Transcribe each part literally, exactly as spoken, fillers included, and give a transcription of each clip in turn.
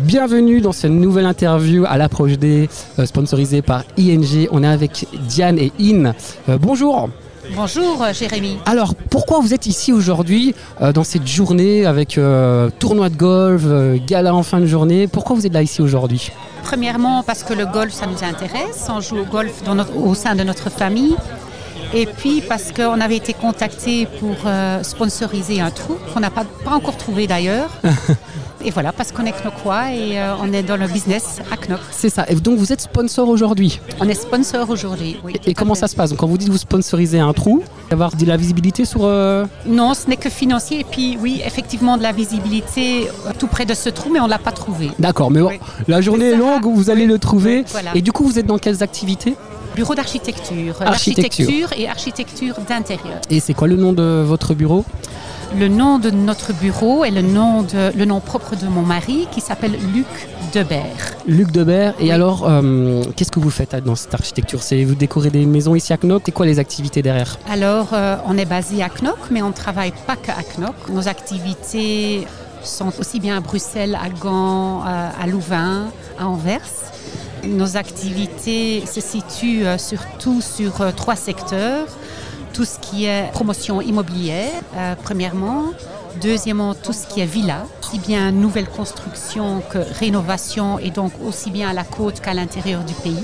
Bienvenue dans cette nouvelle interview à l'Approche D, euh, sponsorisée par I N G. On est avec Diane et In. Euh, bonjour. Bonjour Jérémy. Alors, pourquoi vous êtes ici aujourd'hui euh, dans cette journée avec euh, tournoi de golf, euh, gala en fin de journée? Pourquoi vous êtes là ici aujourd'hui? Premièrement, parce que le golf, ça nous intéresse. On joue au golf dans notre, au sein de notre famille. Et puis parce qu'on avait été contacté pour euh, sponsoriser un trou qu'on n'a pas, pas encore trouvé d'ailleurs. Et voilà, parce qu'on est Knockwa et euh, on est dans le business à Knock. C'est ça. Et donc vous êtes sponsor aujourd'hui? On est sponsor aujourd'hui, oui. Et, et comment ça se passe? Donc, quand vous dites vous sponsorisez un trou, avoir de la visibilité sur... Euh... Non, ce n'est que financier. Et puis oui, effectivement de la visibilité euh, tout près de ce trou, mais on ne l'a pas trouvé. D'accord, mais bon, oui. La journée est longue, vous allez oui. le trouver. Oui, voilà. Et du coup, vous êtes dans quelles activités? Bureau d'architecture, architecture. architecture et architecture d'intérieur. Et c'est quoi le nom de votre bureau? Le nom de notre bureau est le nom, de, le nom propre de mon mari qui s'appelle Luc Debert. Luc Debert. Et oui. alors, euh, qu'est-ce que vous faites dans cette architecture? C'est vous décorez des maisons ici à Knock? C'est quoi les activités derrière? Alors, euh, on est basé à Knock, mais on ne travaille pas qu'à Knock. Nos activités sont aussi bien à Bruxelles, à Gand, à Louvain, à Anvers. Nos activités se situent euh, surtout sur euh, trois secteurs. Tout ce qui est promotion immobilière, euh, premièrement. Deuxièmement, tout ce qui est villa, aussi bien nouvelle construction que rénovation, et donc aussi bien à la côte qu'à l'intérieur du pays.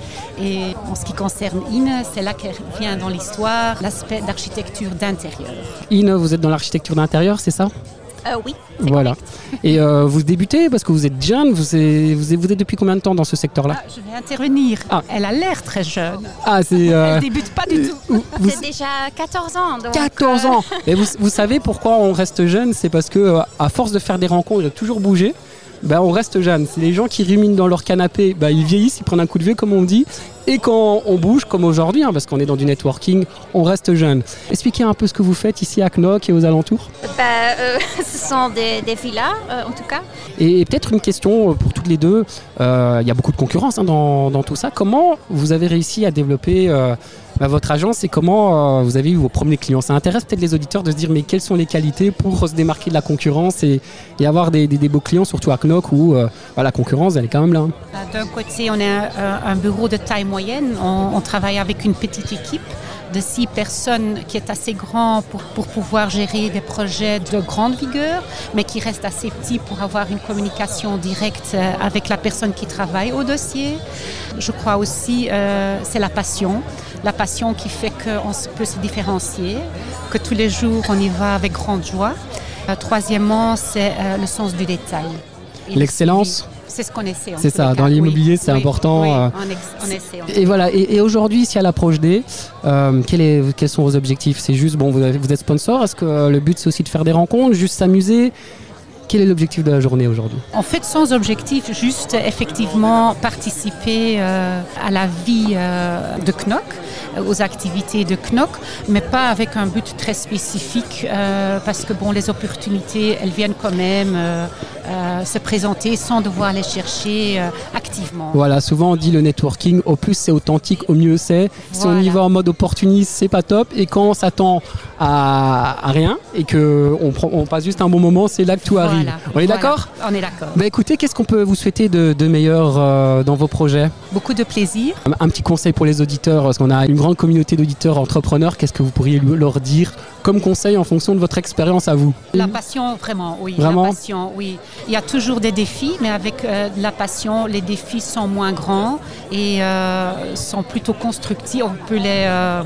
Et en ce qui concerne In, c'est là qu'elle vient dans l'histoire, l'aspect d'architecture d'intérieur. In, vous êtes dans l'architecture d'intérieur, c'est ça? Euh, oui. Voilà. Et euh, vous débutez parce que vous êtes jeune. Vous êtes, vous, êtes, vous êtes depuis combien de temps dans ce secteur-là? ah, Je vais intervenir. Ah. Elle a l'air très jeune. Ah, c'est. Euh... Elle débute pas du tout. Vous... C'est déjà quatorze ans. Donc quatorze ans. Et vous, vous savez pourquoi on reste jeune? C'est parce que à force de faire des rencontres, de toujours bouger, ben on reste jeune. C'est les gens qui ruminent dans leur canapé, ben ils vieillissent, ils prennent un coup de vieux comme on dit. Et quand on bouge, comme aujourd'hui, hein, parce qu'on est dans du networking, on reste jeune. Expliquez un peu ce que vous faites ici à Knock et aux alentours. Bah, euh, ce sont des, des villas, euh, en tout cas. Et, et peut-être une question pour toutes les deux. Il euh, y a beaucoup de concurrence hein, dans, dans tout ça. Comment vous avez réussi à développer euh, bah, votre agence et comment euh, vous avez eu vos premiers clients? Ça intéresse peut-être les auditeurs de se dire mais quelles sont les qualités pour se démarquer de la concurrence et, et avoir des, des, des beaux clients, surtout à Knock où euh, bah, la concurrence, elle est quand même là. D'un côté, on a un, un bureau de taille moyenne. On, on travaille avec une petite équipe de six personnes qui est assez grand pour, pour pouvoir gérer des projets de grande vigueur, mais qui reste assez petit pour avoir une communication directe avec la personne qui travaille au dossier. Je crois aussi euh, c'est la passion. La passion qui fait qu'on peut se différencier, que tous les jours on y va avec grande joie. Euh, troisièmement, c'est euh, le sens du détail. L'excellence. C'est ce qu'on essaie. C'est ça, dans l'immobilier, oui, c'est oui, important. Oui, euh... on, ex- on essaie. On et voilà, et, et aujourd'hui, ici à l'Approche D, euh, quel est, quels sont vos objectifs? C'est juste, bon, vous, avez, vous êtes sponsor, est-ce que euh, le but c'est aussi de faire des rencontres, juste s'amuser? Quel est l'objectif de la journée aujourd'hui? En fait, sans objectif, juste effectivement participer euh, à la vie euh, de Knock, aux activités de Knock, mais pas avec un but très spécifique, euh, parce que bon, les opportunités, elles viennent quand même euh, euh, se présenter sans devoir les chercher euh, activement. Voilà, souvent on dit le networking, au plus c'est authentique, au mieux c'est. Si voilà. On y va en mode opportuniste, c'est pas top, et quand on s'attend à, à rien et qu'on on passe juste un bon moment, c'est là que tout voilà. arrive. On voilà. est d'accord? On est d'accord. Bah écoutez, qu'est-ce qu'on peut vous souhaiter de, de meilleur euh, dans vos projets? Beaucoup de plaisir. Un, un petit conseil pour les auditeurs, parce qu'on a une grande communauté d'auditeurs entrepreneurs. Qu'est-ce que vous pourriez leur dire comme conseil en fonction de votre expérience à vous? La passion, vraiment, oui. Vraiment? La passion, oui. Il y a toujours des défis, mais avec euh, la passion, les défis sont moins grands et euh, sont plutôt constructifs. On peut les... Euh,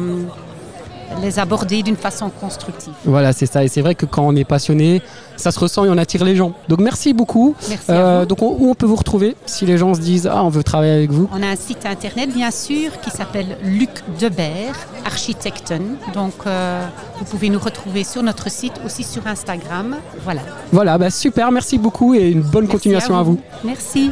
les aborder d'une façon constructive. Voilà, c'est ça. Et c'est vrai que quand on est passionné, ça se ressent et on attire les gens. Donc merci beaucoup. Merci euh, à vous. Donc on, où on peut vous retrouver si les gens se disent « Ah, on veut travailler avec vous ». On a un site internet, bien sûr, qui s'appelle Luc Debert, Architekten. Donc euh, vous pouvez nous retrouver sur notre site, aussi sur Instagram. Voilà. Voilà, bah super, merci beaucoup et une bonne merci continuation à vous. à vous. Merci.